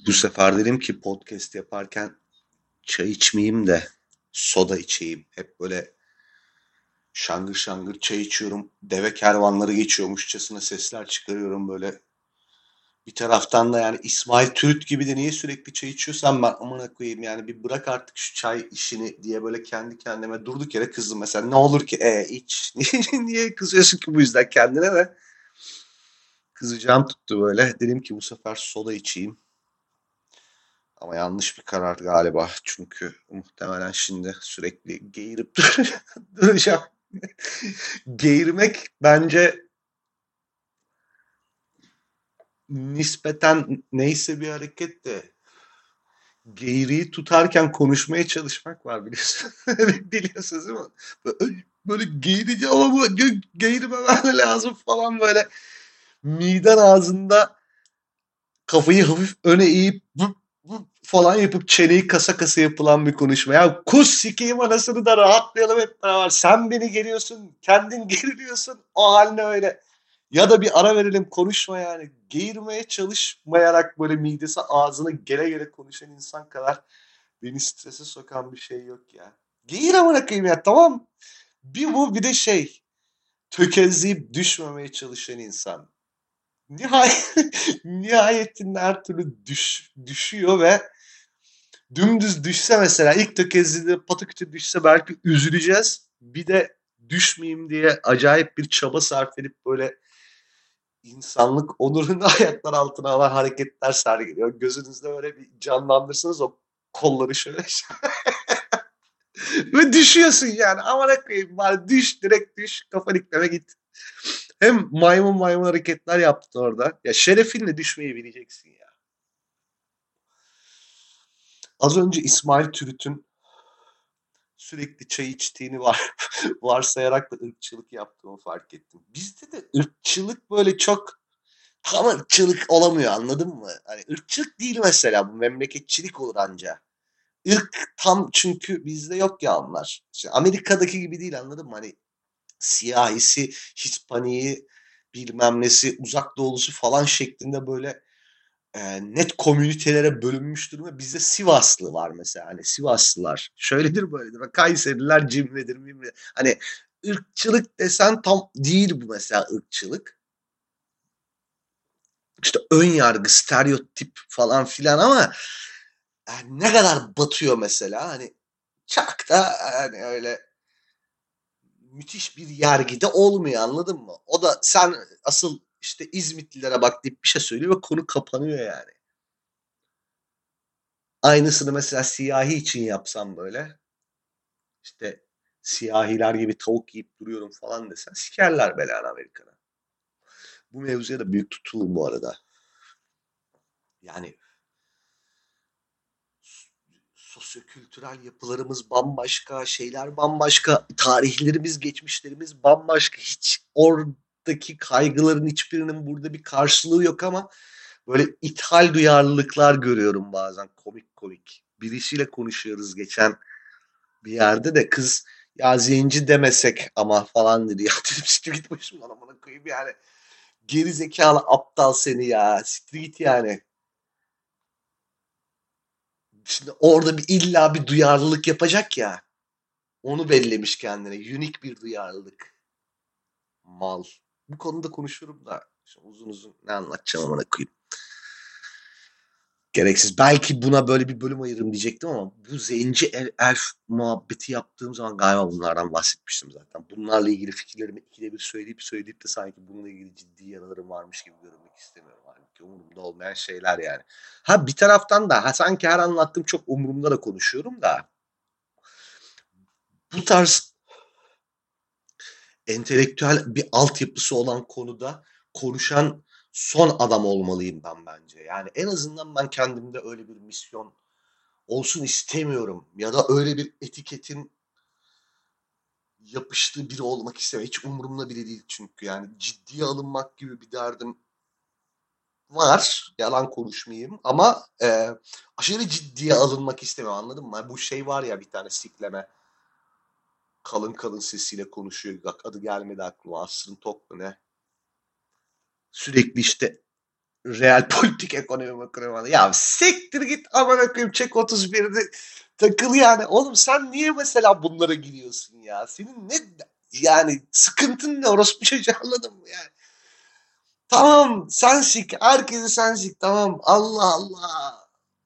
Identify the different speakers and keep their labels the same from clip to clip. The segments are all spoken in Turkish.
Speaker 1: Bu sefer dedim ki podcast yaparken çay içmeyeyim de soda içeyim. Hep böyle şangır şangır çay içiyorum. Deve kervanları geçiyormuşçasına sesler çıkarıyorum böyle. Bir taraftan da yani İsmail Türüt gibi de niye sürekli çay içiyorsam ben amına koyayım yani bir bırak artık şu çay işini diye böyle kendi kendime durduk yere kızdım mesela. Ne olur ki iç. Niye kızıyorsun ki bu yüzden kendine de? Kızacağım tuttu böyle. Dedim ki bu sefer soda içeyim. Ama yanlış bir karar galiba. Çünkü muhtemelen şimdi sürekli geğirip duracağım. Geğirmek bence nispeten neyse bir hareket de geğiriyi tutarken konuşmaya çalışmak var biliyorsun. Biliyorsunuz değil mi? Böyle geğireceğim ama geğirmemem lazım falan böyle. Miden ağzında kafayı hafif öne eğip vıp vıp falan yapıp çeneyi kasa kasa yapılan bir konuşma. Ya kus sikeyim anasını da rahatlayalım hep beraber. Sen beni geriyorsun, kendin geriliyorsun. O haline öyle. Ya da bir ara verelim konuşma yani. Geğirmeye çalışmayarak böyle midesi ağzına gele gele konuşan insan kadar beni strese sokan bir şey yok ya. Geğir amına koyayım ya tamam. Bir bu bir de şey tökezleyip düşmemeye çalışan insan. Nihayet, nihayetinde her türlü düşüyor ve dümdüz düşse mesela ilk tökezlediğinde pataküte düşse belki üzüleceğiz. Bir de düşmeyeyim diye acayip bir çaba sarf edip böyle insanlık onurunu ayaklar altına alan hareketler sergiliyor. Gözünüzde böyle bir canlandırsınız o kolları şöyle. Ve düşüyorsun yani. Aman koyayım bari düş direkt düş kafa dikleme git. Hem maymun maymun hareketler yaptı orada. Ya şerefinle düşmeyi bileceksin ya. Az önce İsmail Türüt'ün sürekli çay içtiğini varsayarak da ırkçılık yaptığımı fark ettim. Bizde de ırkçılık böyle çok tam ırkçılık olamıyor anladın mı? Hani ırkçılık değil mesela bu memleketçilik olur anca. Irk tam çünkü bizde yok ya onlar. İşte Amerika'daki gibi değil anladın mı? Hani siyahisi, Hispaniği bilmem nesi, uzak doğulusu falan şeklinde böyle net komünitelere bölünmüş durumda. Bizde Sivaslı var mesela. Hani Sivaslılar şöyledir böyledir. Kayseriler cimridir mimri. Hani ırkçılık desen tam değil bu mesela ırkçılık. İşte ön yargı, stereotip falan filan ama yani ne kadar batıyor mesela hani çok da hani öyle müthiş bir yergide olmuyor anladın mı? O da sen asıl işte İzmitlilere bak deyip bir şey söylüyor ve konu kapanıyor yani. Aynısını mesela siyahi için yapsam böyle işte siyahiler gibi tavuk yiyip duruyorum falan desen sikerler belanı Amerika'na. Bu mevzuya da büyük tutulun bu arada. Yani sosyokültürel yapılarımız bambaşka, şeyler bambaşka, tarihlerimiz, geçmişlerimiz bambaşka. Hiç oradaki kaygıların hiçbirinin burada bir karşılığı yok ama böyle ithal duyarlılıklar görüyorum bazen komik komik. Birisiyle konuşuyoruz geçen bir yerde de kız ya zenci demesek ama falan dedi. Ya dedim siktir git başımdan amına koyayım yani. Geri zekalı aptal seni ya. Siktir git yani. Şimdi orada bir illa bir duyarlılık yapacak ya. Onu bellemiş kendine. Unik bir duyarlılık. Mal. Bu konuda konuşurum da şimdi uzun uzun ne anlatacağım amına koyayım. Gereksiz. Belki buna böyle bir bölüm ayırırım diyecektim ama bu zenci elf muhabbeti yaptığım zaman galiba bunlardan bahsetmiştim zaten. Bunlarla ilgili fikirlerimi ikide bir söyleyip de sanki bununla ilgili ciddi yaralarım varmış gibi görünmek istemiyorum. Halbuki umurumda olmayan şeyler yani. Ha bir taraftan da sanki her anlattığım çok umurumda da konuşuyorum da bu tarz entelektüel bir altyapısı olan konuda konuşan son adam olmalıyım ben bence. Yani en azından ben kendimde öyle bir misyon olsun istemiyorum ya da öyle bir etiketin yapıştığı biri olmak istemiyorum. Hiç umurumda bile değil çünkü yani ciddiye alınmak gibi bir derdim var. Yalan konuşmayayım ama aşırı ciddiye alınmak istemiyorum anladın mı? Bu şey var ya bir tane sikleme kalın kalın sesiyle konuşuyor. Bak adı gelmedi aklıma. Asrın Tok mu ne? Sürekli işte Real politik ekonomi. Ya siktir git amına koyayım, çek 31'de takıl yani. Oğlum sen niye mesela bunlara giriyorsun ya? Senin ne yani sıkıntın ne, orospu çocuğu, anladın mı yani? Tamam sen sik, herkesi sen sik, tamam, Allah Allah.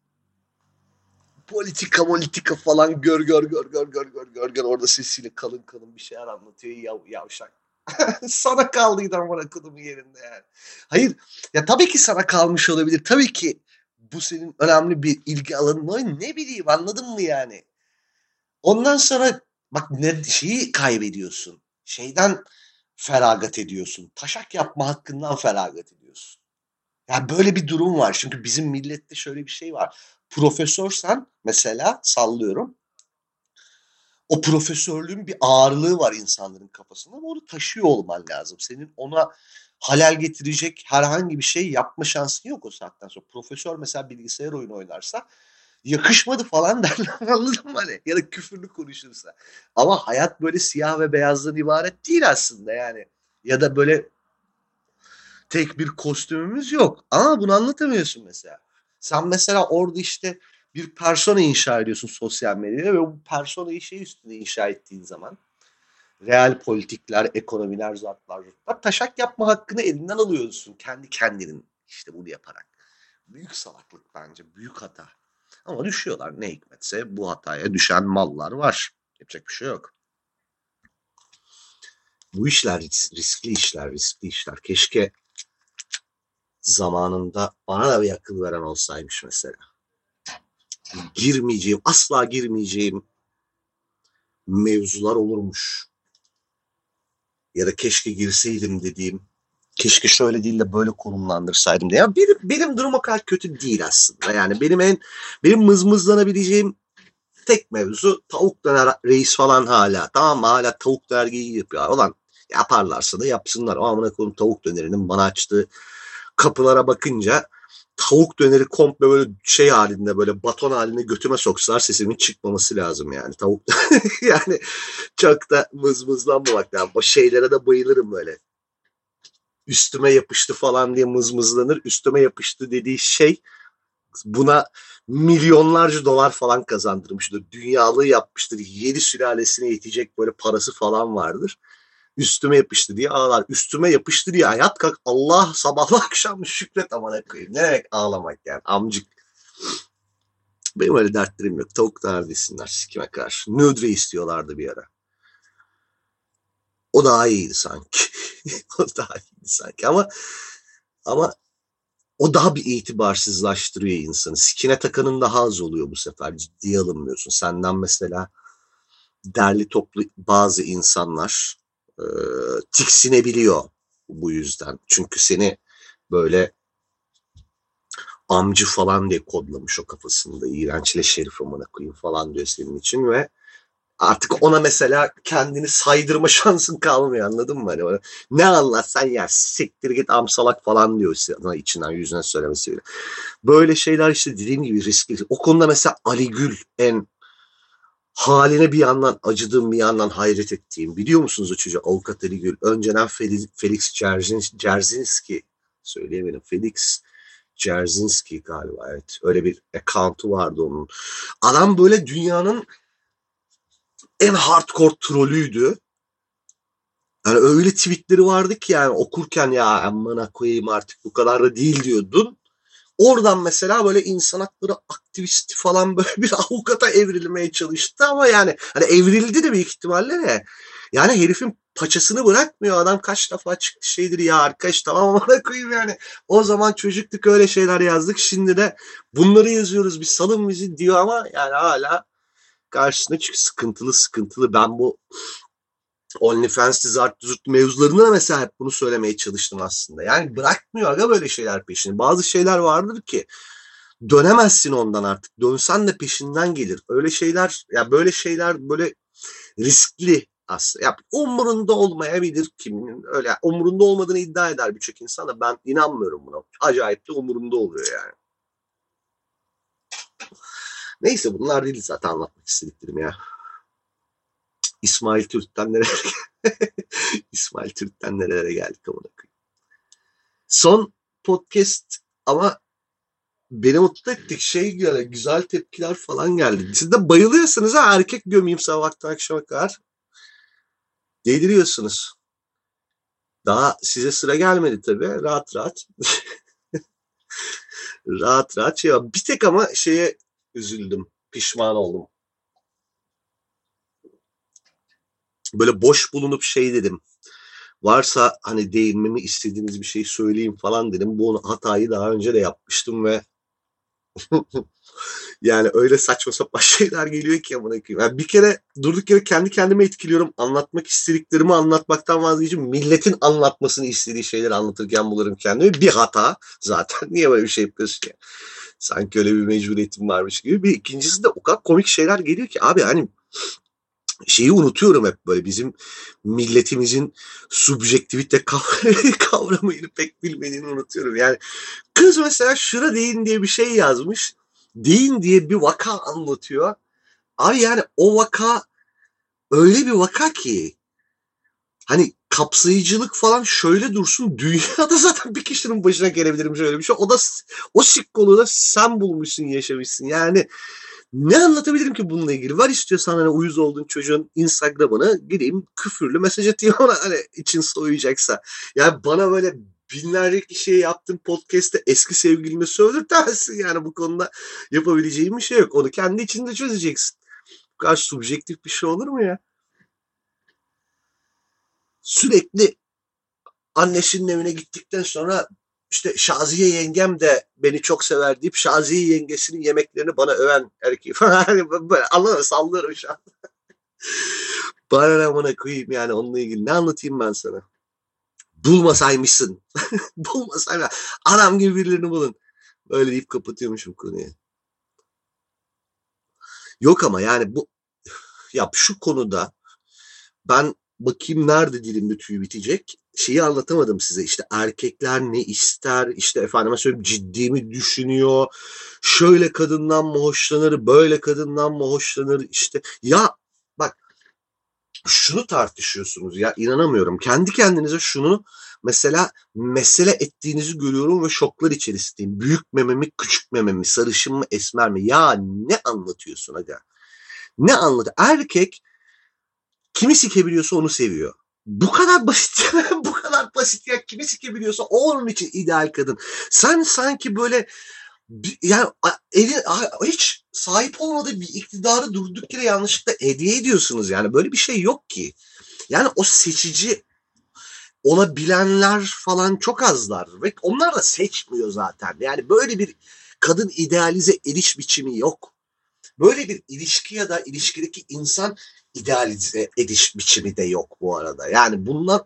Speaker 1: Politika falan gör orada sesiyle kalın kalın bir şeyler anlatıyor yavşak. Sana kaldıydı amına kodumun yerinde yani. Hayır ya, tabii ki sana kalmış olabilir. Tabii ki bu senin önemli bir ilgi alanın. Ne bileyim, anladın mı yani? Ondan sonra bak ne şeyi kaybediyorsun. Şeyden feragat ediyorsun. Taşak yapma hakkından feragat ediyorsun. Ya böyle bir durum var. Çünkü bizim millette şöyle bir şey var. Profesörsen mesela, sallıyorum, o profesörlüğün bir ağırlığı var insanların kafasında ama onu taşıyor olman lazım. Senin ona halel getirecek herhangi bir şey yapma şansın yok o saatten sonra. Profesör mesela bilgisayar oyunu oynarsa yakışmadı falan derler, anladın mı hani? Ya da küfürlü konuşursa. Ama hayat böyle siyah ve beyazdan ibaret değil aslında yani. Ya da böyle tek bir kostümümüz yok. Ama bunu anlatamıyorsun mesela. Sen mesela orada işte bir persona inşa ediyorsun sosyal medyada ve bu personayı şey üstüne inşa ettiğin zaman real politikler, ekonomiler, zartlar, zurtlar, taşak yapma hakkını elinden alıyorsun kendi kendinin işte bunu yaparak. Büyük salaklık bence, büyük hata. Ama düşüyorlar, ne hikmetse bu hataya düşen mallar var. Yapacak bir şey yok. Bu işler riskli işler, riskli işler. Keşke zamanında bana da bir akıl veren olsaymış mesela. Girmeyeceğim, asla girmeyeceğim mevzular olurmuş. Ya da keşke girseydim dediğim, keşke şöyle değil de böyle konumlandırsaydım diye. Ya benim durum o kadar kötü değil aslında. Yani benim mızmızlanabileceğim tek mevzu tavuk döner reis falan hala. Tamam mı? Hala tavuk döner geyiği yapıyor. Ulan yaparlarsa da yapsınlar. O amına koyayım tavuk dönerinin bana açtığı kapılara bakınca tavuk döneri komple böyle şey halinde, böyle baton halinde götüme soksalar sesimin çıkmaması lazım yani. Tavuk yani çok da mızmızlanmamak lazım. O şeylere de bayılırım böyle. Üstüme yapıştı falan diye mızmızlanır. Üstüme yapıştı dediği şey buna milyonlarca dolar falan kazandırmıştır. Dünyalığı yapmıştır. 7 sülalesine yetecek böyle parası falan vardır. Üstüme yapıştı diye ağlar. Üstüme yapıştı diye hayat kalk. Allah sabahlı akşam şükret amına koyayım. Ne demek ağlamak yani, amcık. Benim öyle dertlerim yok. Tavuk döner desinler sikime karşı. Nudre istiyorlardı bir ara. O daha iyiydi sanki. O daha iyiydi sanki ama o daha bir itibarsızlaştırıyor insanı. Sikine takanın daha az oluyor bu sefer. Ciddiye alınmıyorsun. Senden mesela derli toplu bazı insanlar e, tiksinebiliyor bu yüzden. Çünkü seni böyle amcı falan diye kodlamış o kafasında. İğrençle şerif amına koyayım falan diyor senin için ve artık ona mesela kendini saydırma şansın kalmıyor, anladın mı? Hani ne anlatsan ya siktir git amsalak falan diyor sana içinden yüzüne söylemesiyle. Böyle şeyler işte dediğim gibi riskli. O konuda mesela Ali Gül en haline bir yandan acıdığım bir yandan hayret ettiğim. Biliyor musunuz o çocuğu, avukat Ali Gül? Önceden Felix Dzerzhinski söyleyemedim. Felix Dzerzhinski galiba, evet. Öyle bir account'u vardı onun. Adam böyle dünyanın en hardcore trollüydü. Yani öyle tweetleri vardı ki yani okurken ya amına koyayım artık bu kadar da değil diyordun. Oradan mesela böyle insan hakları aktivisti falan böyle bir avukata evrilmeye çalıştı ama yani hani evrildi de büyük ihtimalle de. Yani herifin paçasını bırakmıyor adam, kaç defa çıktı şeydir ya arkadaş, tamam amına koyayım yani. O zaman çocuktuk öyle şeyler yazdık, şimdi de bunları yazıyoruz bir salın bizi diyor ama yani hala karşısında, çünkü sıkıntılı. Ben bu OnlyFans zart mevzularında da mesela hep bunu söylemeye çalıştım aslında. Yani bırakmıyor aga böyle şeyler peşini. Bazı şeyler vardır ki dönemezsin ondan artık. Dönsen de peşinden gelir. Öyle şeyler ya, böyle şeyler böyle riskli aslında. Ya umurunda olmayabilir kiminin. Öyle umurunda olmadığını iddia eder birçok insan da ben inanmıyorum buna. Acayip de umurunda oluyor yani. Neyse bunlar değil zaten anlatmak istediklerim ya. İsmail Türk'ten nereye İsmail Türk'ten nerelere geldik amına koyayım. Son podcast Ama beni mutlu ettik şey yani güzel tepkiler falan geldi. Siz de bayılıyorsunuz ha erkek gömeyim sabahtan akşama kadar. Deliriyorsunuz. Daha size sıra gelmedi tabii. Rahat rahat. Rahat rahat şey var. Bir tek ama şeye üzüldüm. Pişman oldum. Böyle boş bulunup şey dedim. Varsa hani değinmemi istediğiniz bir şey söyleyeyim falan dedim. Bu hatayı daha önce de yapmıştım ve yani öyle saçma sapan şeyler geliyor ki amına koyayım. Yani bir kere durduk yere kendi kendime etkiliyorum. Anlatmak istediklerimi anlatmaktan vazgeçip milletin anlatmasını istediği şeyleri anlatırken bulurum kendimi. Bir hata zaten. Niye böyle bir şey yapıyorsun ki? Sanki öyle bir mecburiyetim varmış gibi. Bir ikincisi de o kadar komik şeyler geliyor ki abi hani şeyi unutuyorum hep böyle bizim milletimizin subjektivite kavramını pek bilmediğini unutuyorum. Yani kız mesela şura deyin diye bir şey yazmış. Deyin diye bir vaka anlatıyor. Abi yani o vaka öyle bir vaka ki hani kapsayıcılık falan şöyle dursun dünyada zaten bir kişinin başına gelebilirmiş öyle bir şey. O da o sikkoluğu da sen bulmuşsun yaşamışsın. Yani ne anlatabilirim ki bununla ilgili? Var istiyorsan hani uyuz olduğun çocuğun Instagram'ını gireyim küfürlü mesaj atayım ona hani için soğuyacaksa. Yani bana böyle binlerce kişiye yaptığım podcast'te eski sevgilini sövdürtemezsin yani bu konuda yapabileceğim bir şey yok. Onu kendi içinde çözeceksin. Bu kadar subjektif bir şey olur mu ya? Sürekli annesinin evine gittikten sonra işte Şaziye yengem de beni çok sever deyip Şaziye yengesinin yemeklerini bana öven erkeği falan. Hani böyle Allah'ına sallıyorum şu an. Bana ne bana koyayım yani onunla ilgili ne anlatayım ben sana? Bulmasaymışsın. Bulmasaymış. Anam gibi birilerini bulun. Öyle deyip kapatıyormuşum konuyu. Yok ama yani bu ya şu konuda ben bakayım nerede dilimde tüy bitecek. Şeyi anlatamadım size işte erkekler ne ister işte efendime söyleyeyim ciddi mi düşünüyor şöyle kadından mı hoşlanır böyle kadından mı hoşlanır işte ya bak şunu tartışıyorsunuz ya inanamıyorum kendi kendinize şunu mesela mesele ettiğinizi görüyorum ve şoklar içerisindeyim büyük meme mi küçük meme mi sarışın mı esmer mi ya ne anlatıyorsun aga ne anlat erkek kimi sikebiliyorsa onu seviyor. Bu kadar basit. Bu kadar basit ya. Kimi sikebiliyorsa o onun için ideal kadın. Sen sanki böyle yani hiç sahip olmadığı bir iktidarı durduk yere yanlışlıkla hediye ediyorsunuz yani. Böyle bir şey yok ki. Yani o seçici olabilenler falan çok azlar. Ve onlar da seçmiyor zaten. Yani böyle bir kadın idealize ediş biçimi yok. Böyle bir ilişki ya da ilişkideki insan idealize ediş biçimi de yok bu arada. Yani bunlar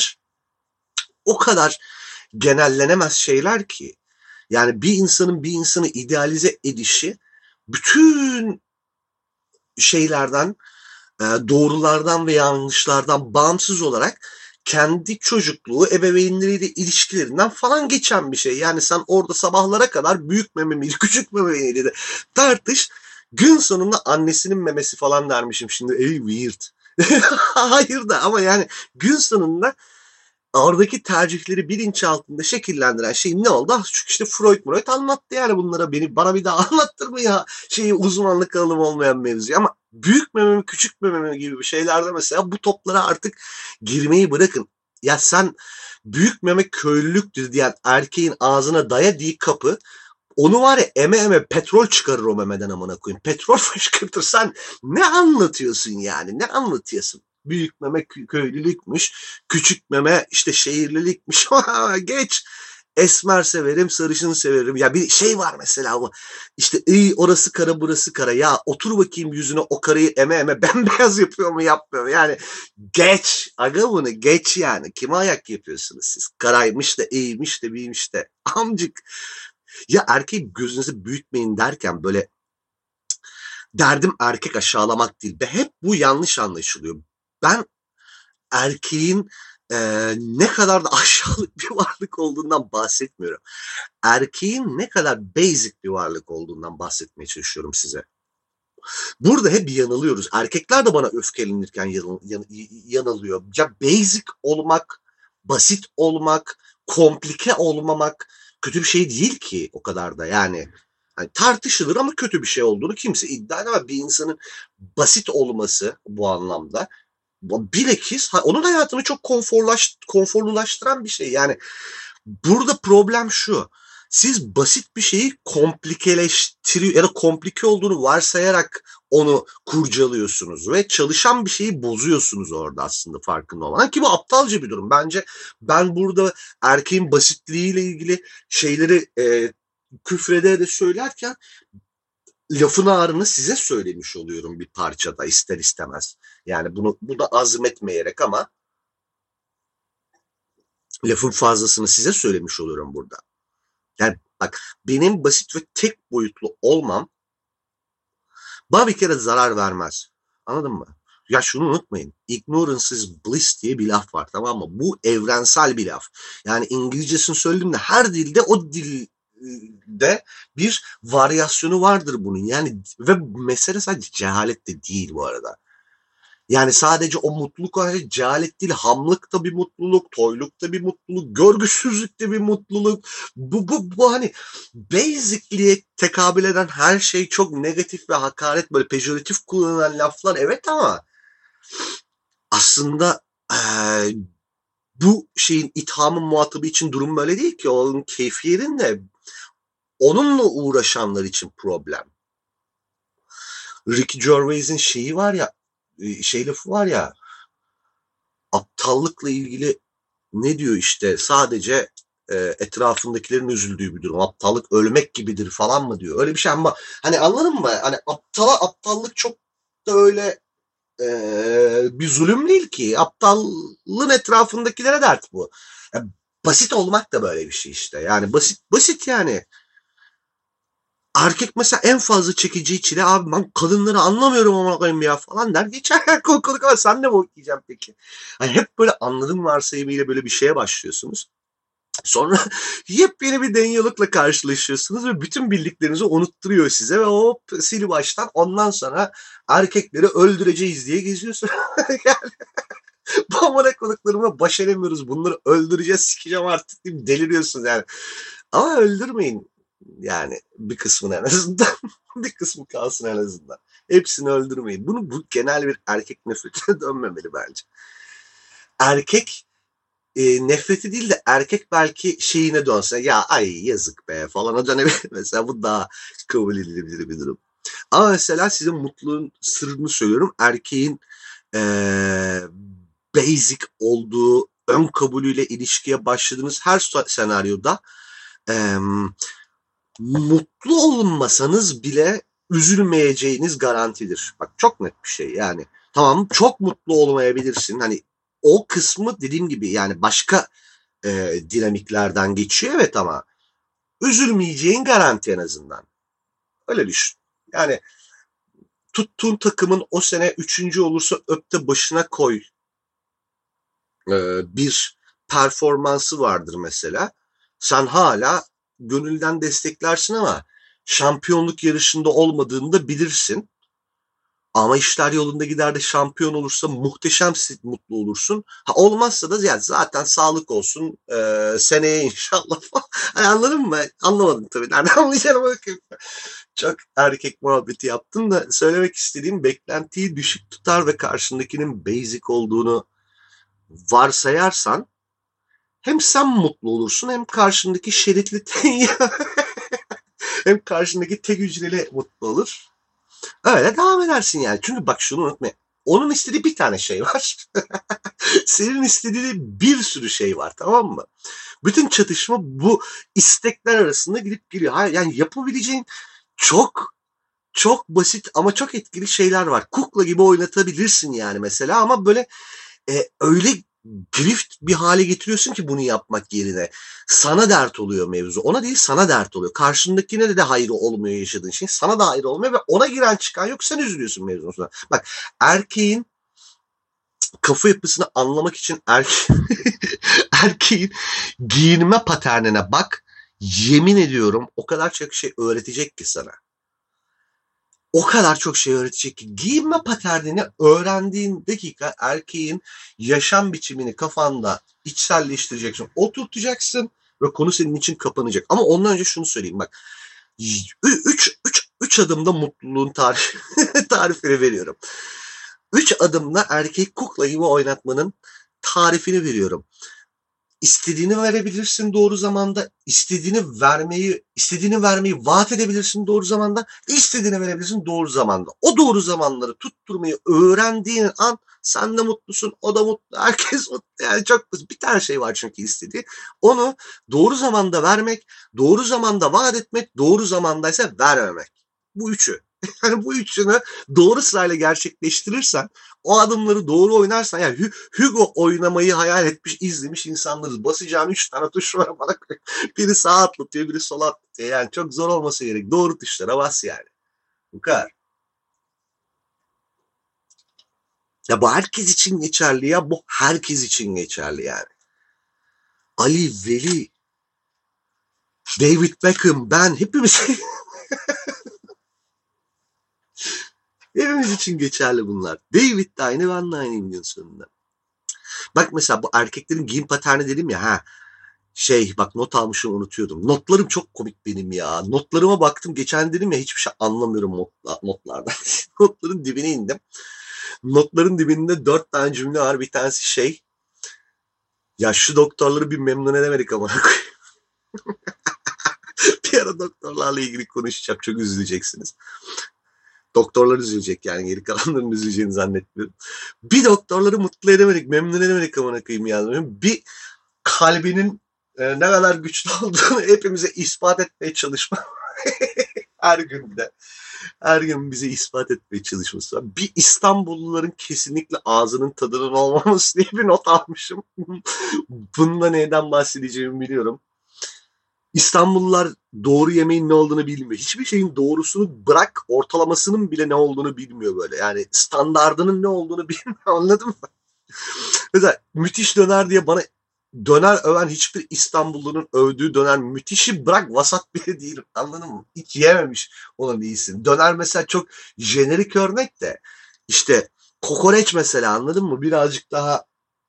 Speaker 1: o kadar genellenemez şeyler ki. Yani bir insanın bir insanı idealize edişi bütün şeylerden, doğrulardan ve yanlışlardan bağımsız olarak kendi çocukluğu, ebeveynleriyle ilişkilerinden falan geçen bir şey. Yani sen orada sabahlara kadar büyük memeliyle, küçük memeliyle de tartış. Gün sonunda annesinin memesi falan dermişim şimdi. Ey weird. Hayır da ama yani gün sonunda oradaki tercihleri bilinçaltında şekillendiren şey ne oldu? Çünkü işte Freud anlattı yani bunlara bana bir daha anlattır mı ya şeyi uzmanlık alanım olmayan mevzuyu ama büyük meme mi küçük meme mi gibi bir şeylerde mesela bu toplara artık girmeyi bırakın. Ya sen büyük meme köylülüktür diyen erkeğin ağzına daya diye kapı onu var ya eme eme petrol çıkarır o memeden amına koyayım. Petrol fışkırtır. Sen ne anlatıyorsun yani? Ne anlatıyorsun? Büyük meme köylülükmüş. Küçük meme işte şehirlilikmiş. Geç. Esmer severim, sarışın severim. Ya bir şey var mesela ama işte orası kara burası kara. Ya otur bakayım yüzüne o karayı eme eme bembeyaz yapıyor mu yapmıyor mu? Yani geç. Aga bunu geç yani. Kime ayak yapıyorsunuz siz? Karaymış da iyiymiş de biymiş de. Amcık. Ya erkeği gözünüzü büyütmeyin derken böyle derdim erkek aşağılamak değil. Ve hep bu yanlış anlaşılıyor. Ben erkeğin ne kadar da aşağılık bir varlık olduğundan bahsetmiyorum. Erkeğin ne kadar basic bir varlık olduğundan bahsetmeye çalışıyorum size. Burada hep yanılıyoruz. Erkekler de bana öfkelenirken yanılıyor. Ya basic olmak, basit olmak, komplike olmamak, kötü bir şey değil ki o kadar da yani. Hani tartışılır ama kötü bir şey olduğunu kimse iddia edemez. Bir insanın basit olması bu anlamda bilakis onun hayatını çok konforlulaştıran bir şey. Yani burada problem şu. Siz basit bir şeyi komplikeleştiriyor ya da komplike olduğunu varsayarak onu kurcalıyorsunuz ve çalışan bir şeyi bozuyorsunuz orada aslında farkında olmadan ki bu aptalca bir durum. Bence ben burada erkeğin basitliğiyle ilgili şeyleri küfrede de söylerken lafın ağrını size söylemiş oluyorum bir parçada ister istemez. Yani bunu da azmetmeyerek ama lafın fazlasını size söylemiş oluyorum burada. Yani bak benim basit ve tek boyutlu olmam bana bir kere zarar vermez. Anladın mı? Ya şunu unutmayın. Ignorance is bliss diye bir laf var, tamam mı? Bu evrensel bir laf. Yani İngilizcesini söylediğimde her dilde o dilde bir varyasyonu vardır bunun. Yani ve mesele sadece cehalet de değil bu arada. Yani sadece o mutluluk cehalet değil, hamlık da bir mutluluk, toyluk da bir mutluluk, görgüsüzlük de bir mutluluk. Bu hani basically'e tekabül eden her şey çok negatif ve hakaret böyle pejoratif kullanılan laflar evet ama aslında bu şeyin ithamın muhatabı için durum böyle değil ki. Onun keyfiyetin de onunla uğraşanlar için problem. Ricky Gervais'in şeyi var ya, şey lafı var ya, aptallıkla ilgili ne diyor işte sadece etrafındakilerin üzüldüğü bir durum. Aptallık ölmek gibidir falan mı diyor. Öyle bir şey ama hani anladın mı? Hani aptallık çok da öyle bir zulüm değil ki. Aptallığın etrafındakilere dert bu. Yani basit olmak da böyle bir şey işte. Yani basit yani. Erkek mesela en fazla çekeceği çile abi ben kadınları anlamıyorum ama koyayım ya falan der. Geçer korkuluk ama sen de mi okuyacağım peki? Hani hep böyle anladığım varsayımıyla böyle bir şeye başlıyorsunuz. Sonra yepyeni bir deniyorlukla karşılaşıyorsunuz ve bütün bildiklerinizi unutturuyor size ve hop sil baştan ondan sonra erkekleri öldüreceğiz diye geziyorsun. Yani bu amına konuklarımla baş edemiyoruz. Bunları öldüreceğiz, sikeceğim artık deyip deliriyorsunuz yani. Ama öldürmeyin yani bir kısmını en azından. Bir kısmı kalsın en azından. Hepsini öldürmeyin. Bu genel bir erkek nefretine dönmemeli bence. Erkek nefreti değil de erkek belki şeyine dönse ya ay yazık be falana dönebilir. Mesela bu daha kabul edilebilir bir durum. Ama mesela size mutluluğun sırrını söylüyorum. Erkeğin ee, basic olduğu ön kabulüyle ilişkiye başladığınız her senaryoda ee, mutlu olmasanız bile üzülmeyeceğiniz garantidir. Bak çok net bir şey yani. Tamam çok mutlu olmayabilirsin. Hani o kısmı dediğim gibi yani başka dinamiklerden geçiyor evet ama üzülmeyeceğin garanti en azından. Öyle düşün. Yani tuttuğun takımın o sene üçüncü olursa öp de başına koy bir performansı vardır mesela. Sen hala gönülden desteklersin ama şampiyonluk yarışında olmadığını da bilirsin. Ama işler yolunda gider de şampiyon olursa muhteşem mutlu olursun. Ha, olmazsa da yani zaten sağlık olsun seneye inşallah falan. Hani anladın mı? Anlamadım tabii. Nereden anlayacağım bakayım. Çok erkek muhabbeti yaptım da söylemek istediğim beklentiyi düşük tutar ve karşındakinin basic olduğunu varsayarsan hem sen mutlu olursun hem karşındaki şeritli hem karşındaki tek hücreli mutlu olur. Öyle devam edersin yani. Çünkü bak şunu unutma. Onun istediği bir tane şey var. Senin istediği bir sürü şey var, tamam mı? Bütün çatışma bu istekler arasında gidip geliyor. Hayır, yani yapabileceğin çok çok basit ama çok etkili şeyler var. Kukla gibi oynatabilirsin yani mesela ama böyle öyle grift bir hale getiriyorsun ki bunu yapmak yerine. Sana dert oluyor mevzu. Ona değil sana dert oluyor. Karşındakine de hayır olmuyor yaşadığın şey. Sana da hayır olmuyor ve ona giren çıkan yok. Sen üzülüyorsun mevzusuna. Bak erkeğin kafa yapısını anlamak için erkeğin giyinme paternine bak. Yemin ediyorum o kadar çok şey öğretecek ki sana. O kadar çok şey öğretecek ki giyinme paternini öğrendiğin dakika erkeğin yaşam biçimini kafanda içselleştireceksin. Oturtacaksın ve konu senin için kapanacak. Ama ondan önce şunu söyleyeyim bak. Üç adımda mutluluğun tarifini veriyorum. 3 adımda erkek kukla gibi oynatmanın tarifini veriyorum. İstediğini verebilirsin doğru zamanda, istediğini vermeyi vaat edebilirsin doğru zamanda, istediğini verebilirsin doğru zamanda. O doğru zamanları tutturmayı öğrendiğin an sen de mutlusun, o da mutlu, herkes mutlu. Yani çok bir tane şey var çünkü istediği. Onu doğru zamanda vermek, doğru zamanda vaat etmek, doğru zamandaysa vermemek. Bu üçü. Yani bu üçünü doğru sırayla gerçekleştirirsen, o adımları doğru oynarsan, yani Hugo oynamayı hayal etmiş, izlemiş insanlarız. Basacağın 3 tane tuş var bana. Biri sağa atlatıyor, biri sola atlatıyor. Yani çok zor olması gerek. Doğru tuşlara bas yani. Bu kadar. Ya bu herkes için geçerli ya. Bu herkes için geçerli yani. Ali, Veli, David Beckham, ben hepimiz hepimiz için geçerli bunlar. David de aynı, ben de aynıyım gün sonunda. Bak mesela bu erkeklerin giyim paterni dedim ya, ha. Bak not almışım, unutuyordum. Notlarım çok komik benim ya. Notlarıma baktım geçen, dedim ya hiçbir şey anlamıyorum notlardan. Notların dibine indim. Notların dibinde 4 tane cümle var. Bir tanesi ya şu doktorları bir memnun edemedik ama. Bir ara doktorlarla ilgili konuşacağım. Çok üzüleceksiniz. Doktorlar üzülecek yani. Geri kalanların üzüleceğini zannetmiyorum. Bir doktorları mutlu edemedik. Memnun edemedik ama yazmıyorum. Bir kalbinin ne kadar güçlü olduğunu hepimize ispat etmeye çalışma. Her gün de. Her gün bize ispat etmeye çalışması var. Bir İstanbulluların kesinlikle ağzının tadının olmaması diye bir not almışım. Bunda neyden bahsedeceğimi biliyorum. İstanbullular doğru yemeğin ne olduğunu bilmiyor. Hiçbir şeyin doğrusunu bırak, ortalamasının bile ne olduğunu bilmiyor böyle. Yani standardının ne olduğunu bilmiyor, anladın mı? Mesela müthiş döner diye bana döner öven hiçbir İstanbullunun övdüğü döner müthişi bırak, vasat bile değil, anladın mı? Hiç yememiş onun iyisini. Döner mesela çok jenerik örnek de, işte kokoreç mesela, anladın mı? Birazcık daha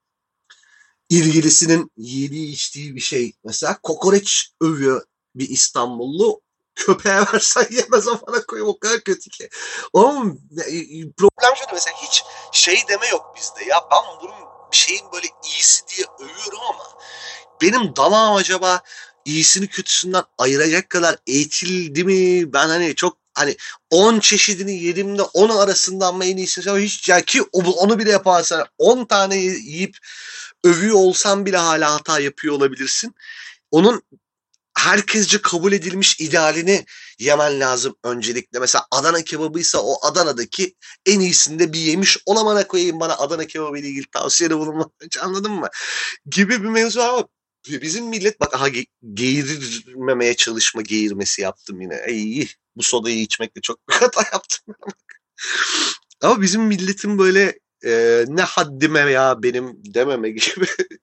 Speaker 1: ilgilisinin yediği içtiği bir şey. Mesela kokoreç övüyor bir İstanbullu. Köpeğe versen yemez, amına koyayım, o kadar kötü ki. Oğlum problem şu, mesela hiç deme yok bizde. Ya ben bunun bir şeyin böyle iyisi diye övüyorum ama benim damağım acaba iyisini kötüsünden ayıracak kadar eğitildi mi? Ben hani çok 10 çeşidini yedim de 10 arasından mı en iyisi? Hiç ya, ki onu bile yaparsan 10 tane yiyip övüyor olsan bile hala hata yapıyor olabilirsin. Onun herkesce kabul edilmiş idealini yemen lazım öncelikle. Mesela Adana kebabıysa o Adana'daki en iyisinde bir yemiş olamana koyayım, bana Adana kebabı ile ilgili tavsiyede bulunma. Anladın mı? Gibi bir mevzu ama bizim millet bak, geğirmemeye çalışma geğirmesi yaptım yine. Bu sodayı içmekle çok hata yaptım. Ama bizim milletin böyle ne haddime ya benim dememe gibi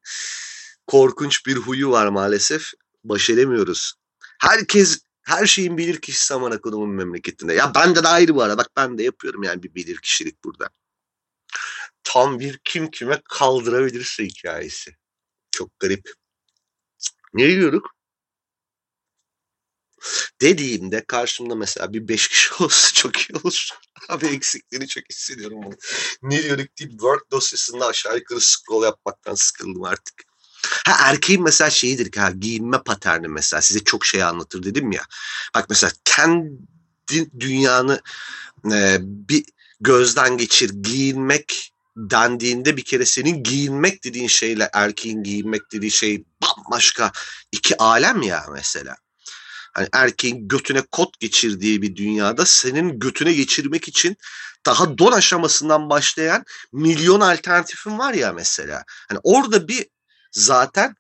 Speaker 1: korkunç bir huyu var maalesef. Baş edemiyoruz. Herkes her şeyin bilir kişisi amına kodumun memleketinde. Ya bende de ayrı bu arada. Bak ben de yapıyorum yani bir bilir kişilik burada. Tam bir kim kime kaldırabilirse hikayesi. Çok garip. Ne diyorduk? Dediğimde karşımda mesela bir 5 kişi olsa çok iyi olur. Abi eksikliğini çok hissediyorum bunu. Ne diyorduk deyip Word dosyasında aşağı yukarı scroll yapmaktan sıkıldım artık. Erkeğin mesela şeyidir ki, giyinme paterni mesela size çok şey anlatır dedim ya. Bak mesela kendi dünyanı bir gözden geçir. Giyinmek dendiğinde bir kere senin giyinmek dediğin şeyle erkeğin giyinmek dediği şey bambaşka iki alem ya mesela. Hani erkeğin götüne kot geçirdiği bir dünyada senin götüne geçirmek için daha don aşamasından başlayan milyon alternatifin var ya mesela. Hani orada bir zaten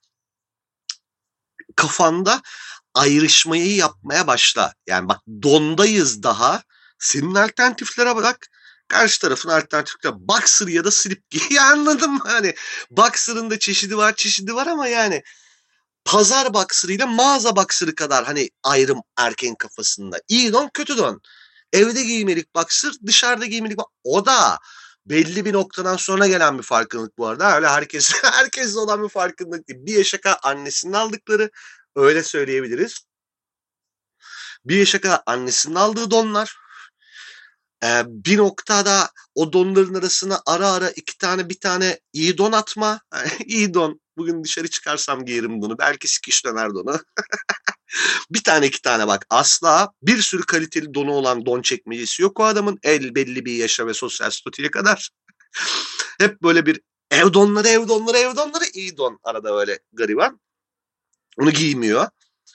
Speaker 1: kafanda ayrışmayı yapmaya başla. Yani bak, dondayız daha. Senin alternatiflere bak. Karşı tarafın alternatifleri boxer ya da slip giy. Anladın mı? Hani boxer'ın da çeşidi var ama yani pazar boxer'ı ile mağaza boxer'ı kadar hani ayrım erkeğin kafasında. İyi don, kötü don. Evde giymelik boxer, dışarıda giymelik boxer. O da Belli bir noktadan sonra gelen bir farkındalık bu arada. Öyle herkes herkeste olan bir farkındalık değil. Bir yaşa kadar annesinin aldıkları, öyle söyleyebiliriz. Bir yaşa kadar annesinin aldığı donlar. Bir noktada o donların arasına ara ara bir tane iyi don atma. İyi don. Bugün dışarı çıkarsam giyerim bunu. Belki sikiş döner donu. Bir tane iki tane bak. Asla bir sürü kaliteli donu olan don çekmecesi yok o adamın. Belli bir yaşa ve sosyal statüye kadar. Hep böyle bir ev donları iyi don. Arada böyle gariban. Onu giymiyor.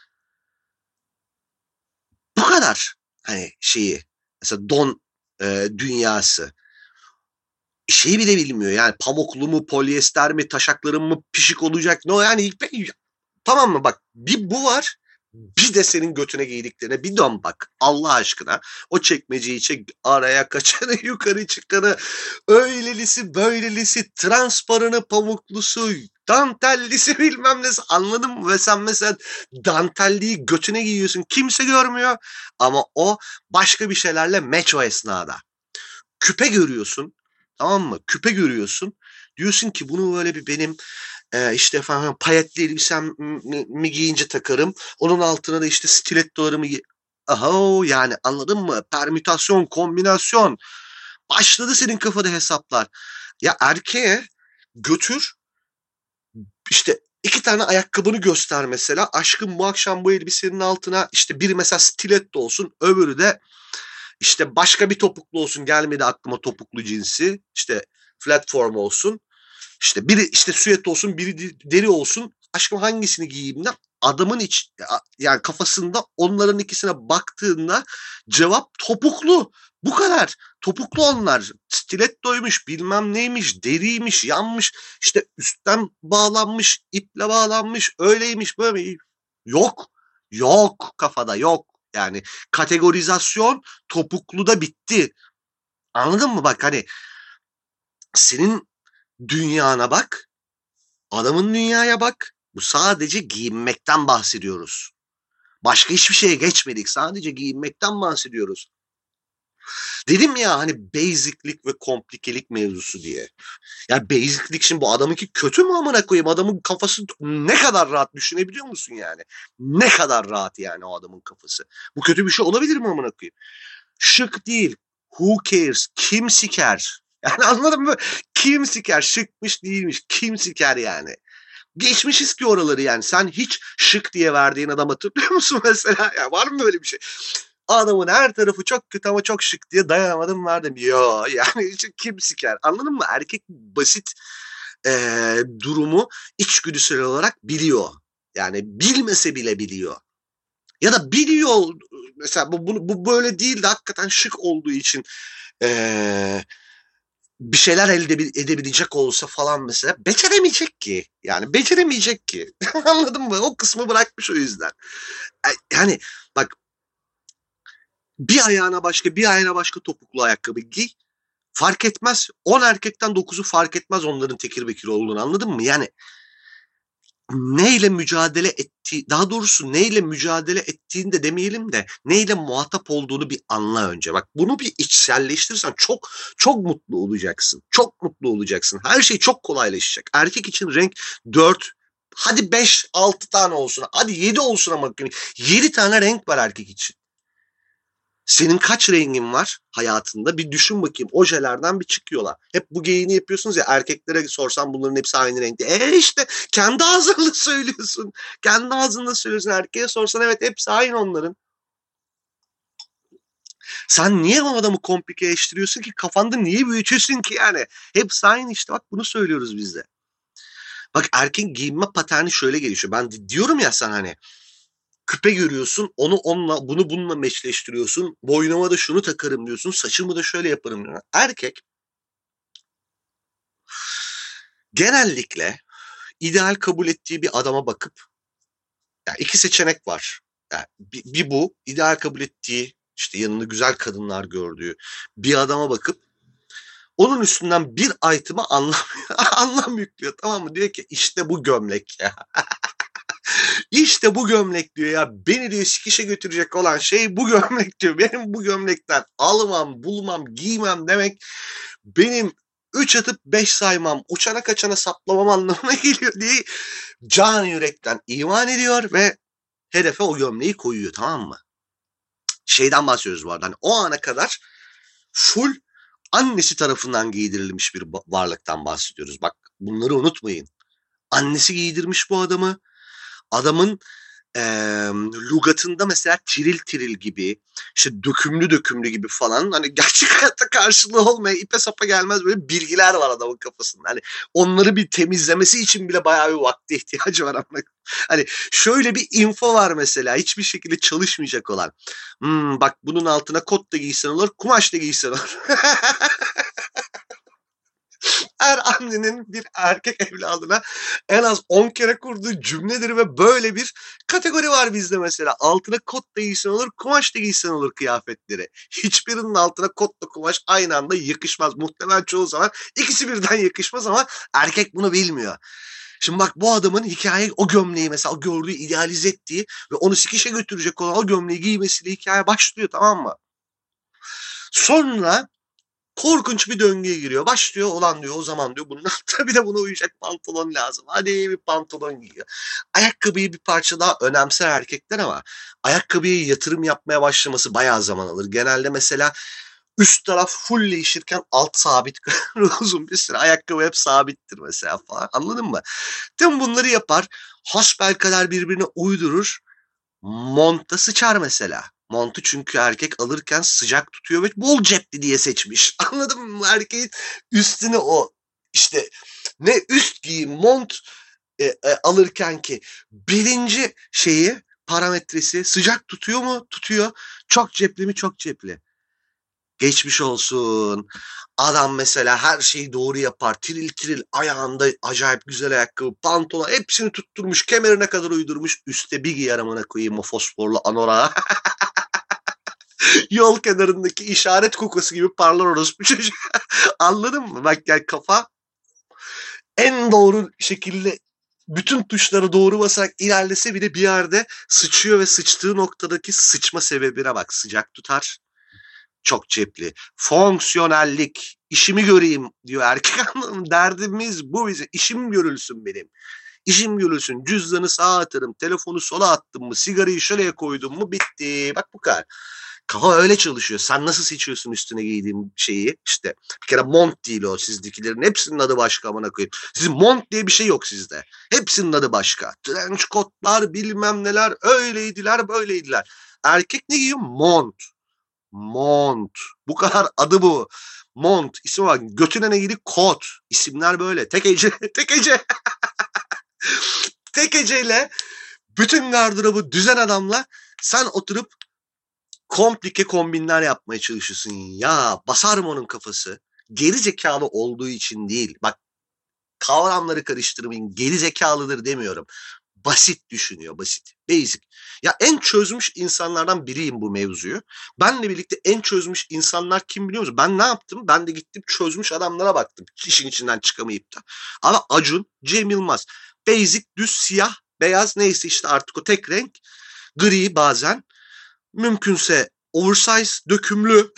Speaker 1: Bu kadar. Hani şeyi. Mesela don dünyası. Şeyi bile bilmiyor yani, pamuklu mu, polyester mi, taşaklarım mı pişik olacak, ne o yani, tamam mı, bak bir bu var, bir de senin götüne giydiklerine bir dön bak Allah aşkına. O çekmeceyi çek, araya kaçanı yukarı çıkanı, öylelisi böylelisi, transparanı, pamuklusu, dantellisi, bilmem nesi, anladın mı? Ve sen mesela dantelliyi götüne giyiyorsun, kimse görmüyor ama o başka bir şeylerle match o esnada. Küpe görüyorsun. Tamam mı? Küpe görüyorsun. Diyorsun ki bunu böyle bir benim işte efendim payetli elbisem mi giyince takarım. Onun altına da işte stilettolarımı aha, yani anladın mı? Permütasyon, kombinasyon. Başladı senin kafada hesaplar. Ya erkeğe götür işte iki tane ayakkabını göster mesela. Aşkım bu akşam bu elbisenin altına işte biri mesela stiletto olsun, öbürü de işte başka bir topuklu olsun, gelmedi aklıma topuklu cinsi. İşte platform olsun. İşte biri işte süet olsun, biri deri olsun. Aşkım hangisini giyeyim de adamın yani kafasında onların ikisine baktığında cevap topuklu. Bu kadar. Topuklu onlar. Stilettoymuş, bilmem neymiş, deriymiş, yanmış. İşte üstten bağlanmış, iple bağlanmış, öyleymiş, böyle. Yok. Yok kafada yok. Yani kategorizasyon topukluda bitti. Anladın mı? Bak hani senin dünyana bak, adamın dünyaya bak. Bu sadece giyinmekten bahsediyoruz. Başka hiçbir şeye geçmedik. Sadece giyinmekten bahsediyoruz. Dedim ya hani basiclik ve komplikelik mevzusu diye. Ya basiclik, şimdi bu adamınki kötü mü amına koyayım? Adamın kafası ne kadar rahat, düşünebiliyor musun yani? Ne kadar rahat yani o adamın kafası. Bu kötü bir şey olabilir mi amına koyayım? Şık değil. Who cares? Kim siker? Yani anladın mı? Kim siker? Şıkmış değilmiş. Kim siker yani? Geçmişiz ki oraları yani. Sen hiç şık diye verdiğin adam hatırlıyor musun mesela? Ya var mı böyle bir şey? Adamın her tarafı çok kötü ama çok şık diye dayanamadım verdim. Yo yani kim siker? Anladın mı? Erkek basit durumu içgüdüsel olarak biliyor. Yani bilmese bile biliyor. Ya da biliyor mesela bu böyle değil de hakikaten şık olduğu için bir şeyler elde edebilecek olsa falan mesela beceremeyecek ki. Yani beceremeyecek ki. Anladın mı? O kısmı bırakmış o yüzden. Yani bak, bir ayağına başka topuklu ayakkabı giy. Fark etmez. 10 erkekten 9'u fark etmez onların tekir bekir olduğunu, anladın mı? Yani neyle mücadele ettiği, daha doğrusu neyle mücadele ettiğini de demeyelim de neyle muhatap olduğunu bir anla önce. Bak bunu bir içselleştirirsen çok çok mutlu olacaksın. Çok mutlu olacaksın. Her şey çok kolaylaşacak. Erkek için renk 4, hadi 5 6 tane olsun. Hadi 7 olsun ama 7 tane renk var erkek için. Senin kaç rengin var hayatında? Bir düşün bakayım. Ojelerden bir çıkıyorlar. Hep bu geyini yapıyorsunuz ya, erkeklere sorsan bunların hepsi aynı renkte. İşte kendi ağzınla söylüyorsun. Kendi ağzınla söylüyorsun. Erkeğe sorsan evet hepsi aynı onların. Sen niye o adamı komplikeleştiriyorsun ki? Kafanda niye büyütüyorsun ki yani? Hepsi aynı işte, bak bunu söylüyoruz biz de. Bak erkeğin giyinme paterni şöyle gelişiyor. Ben diyorum ya sana hani küpe görüyorsun, onu onunla, bunu bununla meçleştiriyorsun. Boynuma da şunu takarım diyorsun, saçımı da şöyle yaparım diyorsun. Erkek genellikle ideal kabul ettiği bir adama bakıp, yani iki seçenek var. Yani bir bu ideal kabul ettiği, işte yanında güzel kadınlar gördüğü bir adama bakıp onun üstünden bir item'a anlam anlam yüklüyor, tamam mı? Diyor ki işte bu gömlek ya. İşte bu gömlek diyor ya. Beni diyor sikişe götürecek olan şey bu gömlek diyor. Benim bu gömlekten almam, bulmam, giymem demek benim 3 atıp 5 saymam, uçana kaçana saplamam anlamına geliyor diye can yürekten iman ediyor ve hedefe o gömleği koyuyor, tamam mı? Şeyden bahsediyoruz bu arada. Hani o ana kadar full annesi tarafından giydirilmiş bir varlıktan bahsediyoruz. Bak bunları unutmayın. Annesi giydirmiş bu adamı. Adamın lügatında mesela tiril tiril gibi, işte dökümlü dökümlü gibi falan, hani gerçek hayatta karşılığı olmayan, ipe sapa gelmez böyle bilgiler var adamın kafasında. Hani onları bir temizlemesi için bile bayağı bir vakte ihtiyacı var ama. Hani şöyle bir info var mesela, hiçbir şekilde çalışmayacak olan. Bak bunun altına kot da giysen olur, kumaş da giysen olur. Her annenin bir erkek evladına en az 10 kere kurduğu cümledir ve böyle bir kategori var bizde mesela. Altına kot da giysen olur, kumaş da giysen olur kıyafetleri. Hiçbirinin altına kotla kumaş aynı anda yakışmaz. Muhtemelen çoğu zaman ikisi birden yakışmaz ama erkek bunu bilmiyor. Şimdi bak bu adamın hikaye, o gömleği mesela, o gördüğü, idealize ettiği ve onu sikişe götürecek olan o gömleği giymesiyle hikaye başlıyor, tamam mı? Sonra korkunç bir döngüye giriyor. Başlıyor, olan diyor o zaman diyor bunun altına bir de buna uyacak pantolon lazım. Hadi bir pantolon giyiyor. Ayakkabıyı bir parça daha önemser erkekler ama ayakkabıya yatırım yapmaya başlaması bayağı zaman alır. Genelde mesela üst taraf full değişirken alt sabit uzun bir süre. Ayakkabı hep sabittir mesela falan. Anladın mı? Tüm bunları yapar. Hasbelkader birbirine uydurur. Montta sıçar mesela. Montu çünkü erkek alırken sıcak tutuyor ve bol cepli diye seçmiş. Anladın mı? Erkeğin üstüne o işte ne üst giyim mont alırken ki birinci şeyi, parametresi, sıcak tutuyor mu? Tutuyor. Çok cepli mi? Çok cepli. Geçmiş olsun. Adam mesela her şeyi doğru yapar. Tiril tiril ayağında acayip güzel ayakkabı, pantolon hepsini tutturmuş. Kemerine kadar uydurmuş. Üste bir giyer amına koyayım o fosforlu anorağı. Yol kenarındaki işaret kokusu gibi parlar orospu çocuk. Anladın mı? Bak yani kafa en doğru şekilde bütün tuşları doğru basarak ilerlese bile bir yerde sıçıyor ve sıçtığı noktadaki sıçma sebebine bak. Sıcak tutar. Çok cepli. Fonksiyonellik. İşimi göreyim diyor erkek anlamı. Derdimiz bu bize. İşim görülsün benim. İşim görülsün. Cüzdanı sağa atarım. Telefonu sola attım mı? Sigarayı şuraya koydum mu? Bitti. Bak bu kadar. Kafa öyle çalışıyor. Sen nasıl seçiyorsun üstüne giydiğin şeyi? İşte bir kere mont değil o sizdekilerin. Hepsinin adı başka amına koyayım. Sizin mont diye bir şey yok sizde. Hepsinin adı başka. Trench coatlar bilmem neler öyleydiler böyleydiler. Erkek ne giyiyor? Mont. Mont. Bu kadar adı bu. Mont. İsim var. Götüne ne giydi? Kot. İsimler böyle. Tek hece. Tek hece. Tek heceyle bütün gardırobu düzen adamla sen oturup komplike kombinler yapmaya çalışıyorsun. Ya basar mı onun kafası? Geri zekalı olduğu için değil. Bak kavramları karıştırmayın. Geri zekalıdır demiyorum. Basit düşünüyor, basit. Basic. Ya en çözmüş insanlardan biriyim bu mevzuyu. Benle birlikte en çözmüş insanlar kim biliyor musun? Ben ne yaptım? Ben de gittim çözmüş adamlara baktım. İşin içinden çıkamayıp da. Ama Acun, Cem Yılmaz. Basic, düz, siyah, beyaz neyse işte artık o tek renk. Gri bazen. Mümkünse oversize, dökümlü.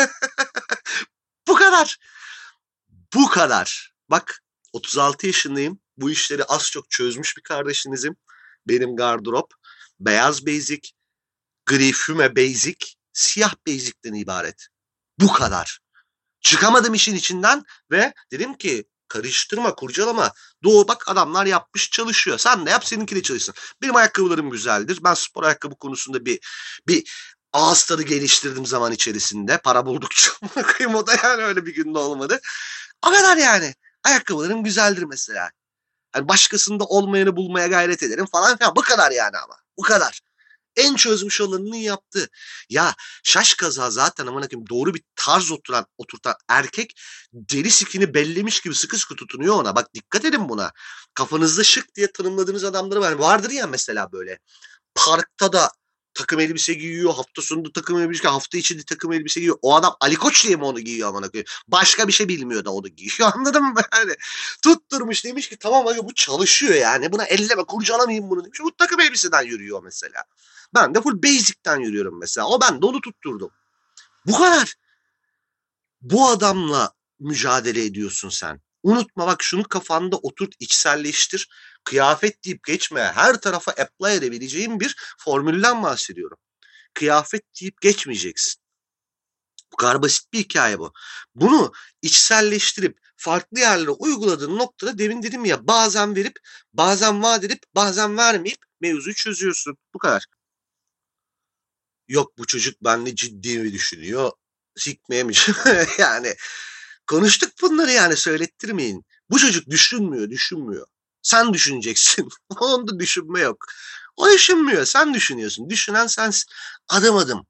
Speaker 1: Bu kadar. Bu kadar. Bak 36 yaşındayım. Bu işleri az çok çözmüş bir kardeşinizim. Benim gardırop beyaz basic, gri füme basic, siyah basic'ten ibaret. Bu kadar. Çıkamadım işin içinden ve dedim ki karıştırma, kurcalama. Doğu bak adamlar yapmış çalışıyor. Sen de yap seninki de çalışsın. Benim ayakkabılarım güzeldir. Ben spor ayakkabı konusunda bir ağız tadı geliştirdim zaman içerisinde. Para buldukça o da yani öyle bir günde olmadı. O kadar yani. Ayakkabılarım güzeldir mesela. Yani başkasında olmayanı bulmaya gayret ederim falan filan. Bu kadar yani ama. Bu kadar. En çözmüş olanını yaptı. Ya şaş kaza zaten amına koyayım doğru bir tarz oturtan erkek deri sikini bellemiş gibi sıkı sıkı tutunuyor ona. Bak dikkat edin buna. Kafanızda şık diye tanımladığınız adamları var. Vardır ya mesela böyle parkta da takım elbise giyiyor. Hafta sonunda takım elbise giyiyor. Hafta içinde takım elbise giyiyor. O adam Ali Koç diye mi onu giyiyor amına koyayım? Başka bir şey bilmiyor da onu giyiyor. Anladın mı? Yani tutturmuş demiş ki tamam abi bu çalışıyor yani. Buna elleme kurcalamayayım bunu demiş. Bu takım elbiseden yürüyor mesela. Ben de full basic'ten yürüyorum mesela. Ben de onu tutturdum. Bu kadar. Bu adamla mücadele ediyorsun sen. Unutma bak şunu kafanda oturt, içselleştir. Kıyafet deyip geçme. Her tarafa apply edebileceğin bir formülden bahsediyorum. Kıyafet deyip geçmeyeceksin. Bu kadar basit bir hikaye bu. Bunu içselleştirip farklı yerlere uyguladığın noktada demin dedim ya bazen verip, bazen vaat edip, bazen vermeyip mevzuyu çözüyorsun. Bu kadar. Yok bu çocuk benimle ciddi mi düşünüyor? Sikmeye mi? Yani konuştuk bunları yani söylettirmeyin. Bu çocuk düşünmüyor. Sen düşüneceksin. Onda düşünme yok. O düşünmüyor, sen düşünüyorsun. Düşünen sensin. Adım adım.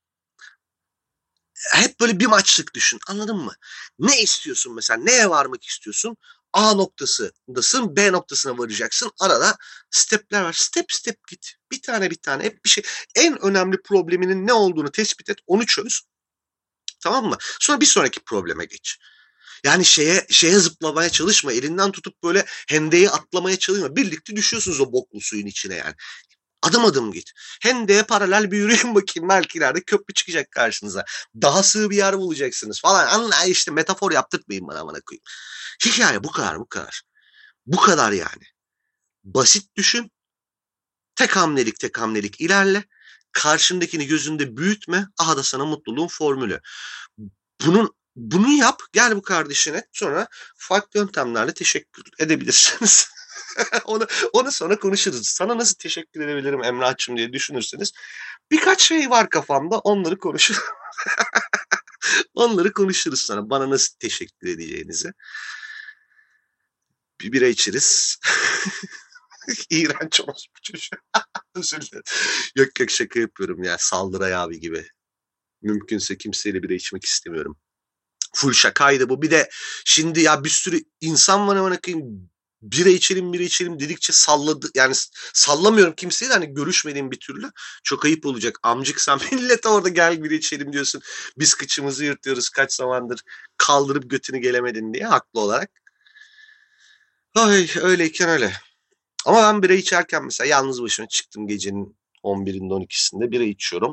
Speaker 1: Hep böyle bir maçlık düşün. Anladın mı? Ne istiyorsun mesela? Neye varmak istiyorsun? A noktasındasın. B noktasına varacaksın. Arada stepler var. Step step git. Bir tane bir tane. Hep bir şey. En önemli probleminin ne olduğunu tespit et. Onu çöz. Tamam mı? Sonra bir sonraki probleme geç. Yani şeye zıplamaya çalışma. Elinden tutup böyle hendeyi atlamaya çalışma. Birlikte düşüyorsunuz o boklu suyun içine yani. Adım adım git. Hendeğe paralel bir yürüyün bakayım. Belki ileride köprü çıkacak karşınıza. Daha sığ bir yer bulacaksınız falan. Anla işte metafor yaptırtmayın bana koyayım. Hikaye bu kadar bu kadar. Bu kadar yani. Basit düşün. Tek hamlelik ilerle. Karşındakini gözünde büyütme. Aha da sana mutluluğun formülü. Bunu yap. Gel bu kardeşine. Sonra farklı yöntemlerle teşekkür edebilirsiniz. onu sonra konuşuruz. Sana nasıl teşekkür edebilirim Emrah'cığım diye düşünürseniz birkaç şey var kafamda. Onları konuşuruz. Onları konuşuruz sana. Bana nasıl teşekkür edeceğinizi. Bir bira içeriz. İğrenç orospu çocuğu. Özür dilerim. Yok şaka yapıyorum ya. Saldıray abi gibi. Mümkünse kimseyle bira içmek istemiyorum. Full şakaydı bu. Bir de şimdi ya bir sürü insan var ama bira içelim dedikçe salladı. Yani sallamıyorum kimseyi de hani görüşmediğim bir türlü. Çok ayıp olacak. Amcık sen millete orada gel bira içelim diyorsun. Biz kıçımızı yırtıyoruz kaç zamandır kaldırıp götünü gelemedin diye haklı olarak. Ay öyleyken öyle. Ama ben bira içerken mesela yalnız başıma çıktım gecenin 11'inde 12'sinde bira içiyorum.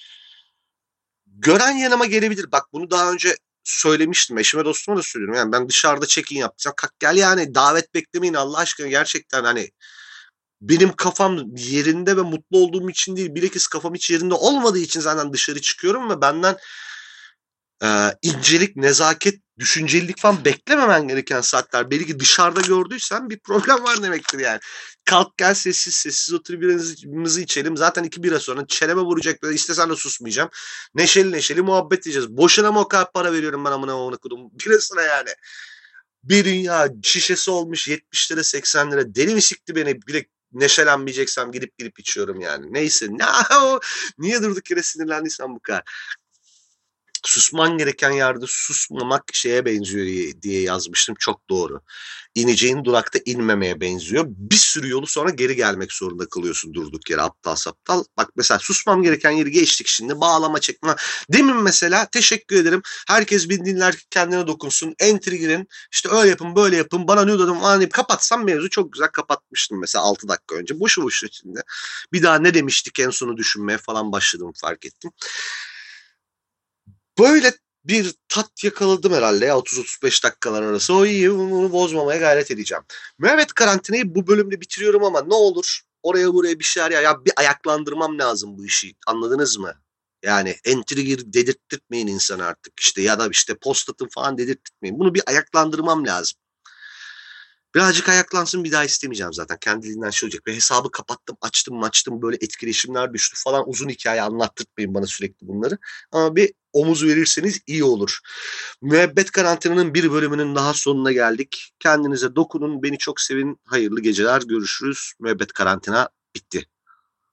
Speaker 1: Gören yanıma gelebilir. Bak bunu daha önce söylemiştim. Eşime dostuma da söylüyorum. Yani ben dışarıda check-in yapacağım. Kalk gel yani davet beklemeyin Allah aşkına gerçekten hani benim kafam yerinde ve mutlu olduğum için değil. Bilakis kafam hiç yerinde olmadığı için zaten dışarı çıkıyorum ve benden incelik, nezaket, düşüncelilik falan beklememen gereken saatler. Belki dışarıda gördüysen bir problem var demektir yani. Kalk gel sessiz otur biramızı içelim. Zaten 2 bira sonra çeneme vuracaklar. İstesen de susmayacağım. Neşeli muhabbet edeceğiz. Boşuna mı o kadar para veriyorum ben amına kodum birasına yani. Bir dünya şişesi olmuş 70 lira 80 lira. Deli mi sikti beni? Bile neşelenmeyeceksem gidip içiyorum yani. Neyse. Niye durduk yere sinirlendiysem bu kadar. Susman gereken yerde susmamak şeye benziyor diye yazmıştım. Çok doğru. İneceğin durakta inmemeye benziyor. Bir sürü yolu sonra geri gelmek zorunda kalıyorsun durduk yere aptal saptal. Bak mesela susmam gereken yeri geçtik şimdi. Bağlama çekme. Demin mesela teşekkür ederim. Herkes beni dinler kendine dokunsun. Entry girin. İşte öyle yapın böyle yapın. Bana ne dedim falan deyip kapatsam mevzu çok güzel kapatmıştım mesela 6 dakika önce. Boşu şimdi. Bir daha ne demiştik en sonu düşünmeye falan başladım fark ettim. Böyle bir tat yakaladım herhalde ya 30-35 dakikalar arası. O iyi bunu bozmamaya gayret edeceğim. Mehmet karantinayı bu bölümde bitiriyorum ama ne olur oraya buraya bir şeyler ya bir ayaklandırmam lazım bu işi anladınız mı? Yani entry gir dedirtmeyin insan artık işte ya da işte post atın falan dedirtmeyin. Bunu bir ayaklandırmam lazım. Birazcık ayaklansın bir daha istemeyeceğim zaten. Kendiliğinden şey olacak. Ve hesabı kapattım, açtım böyle etkileşimler düştü falan. Uzun hikaye anlattırtmayın bana sürekli bunları. Ama bir omuz verirseniz iyi olur. Müebbet karantinanın bir bölümünün daha sonuna geldik. Kendinize dokunun, beni çok sevin. Hayırlı geceler, görüşürüz. Müebbet karantina bitti.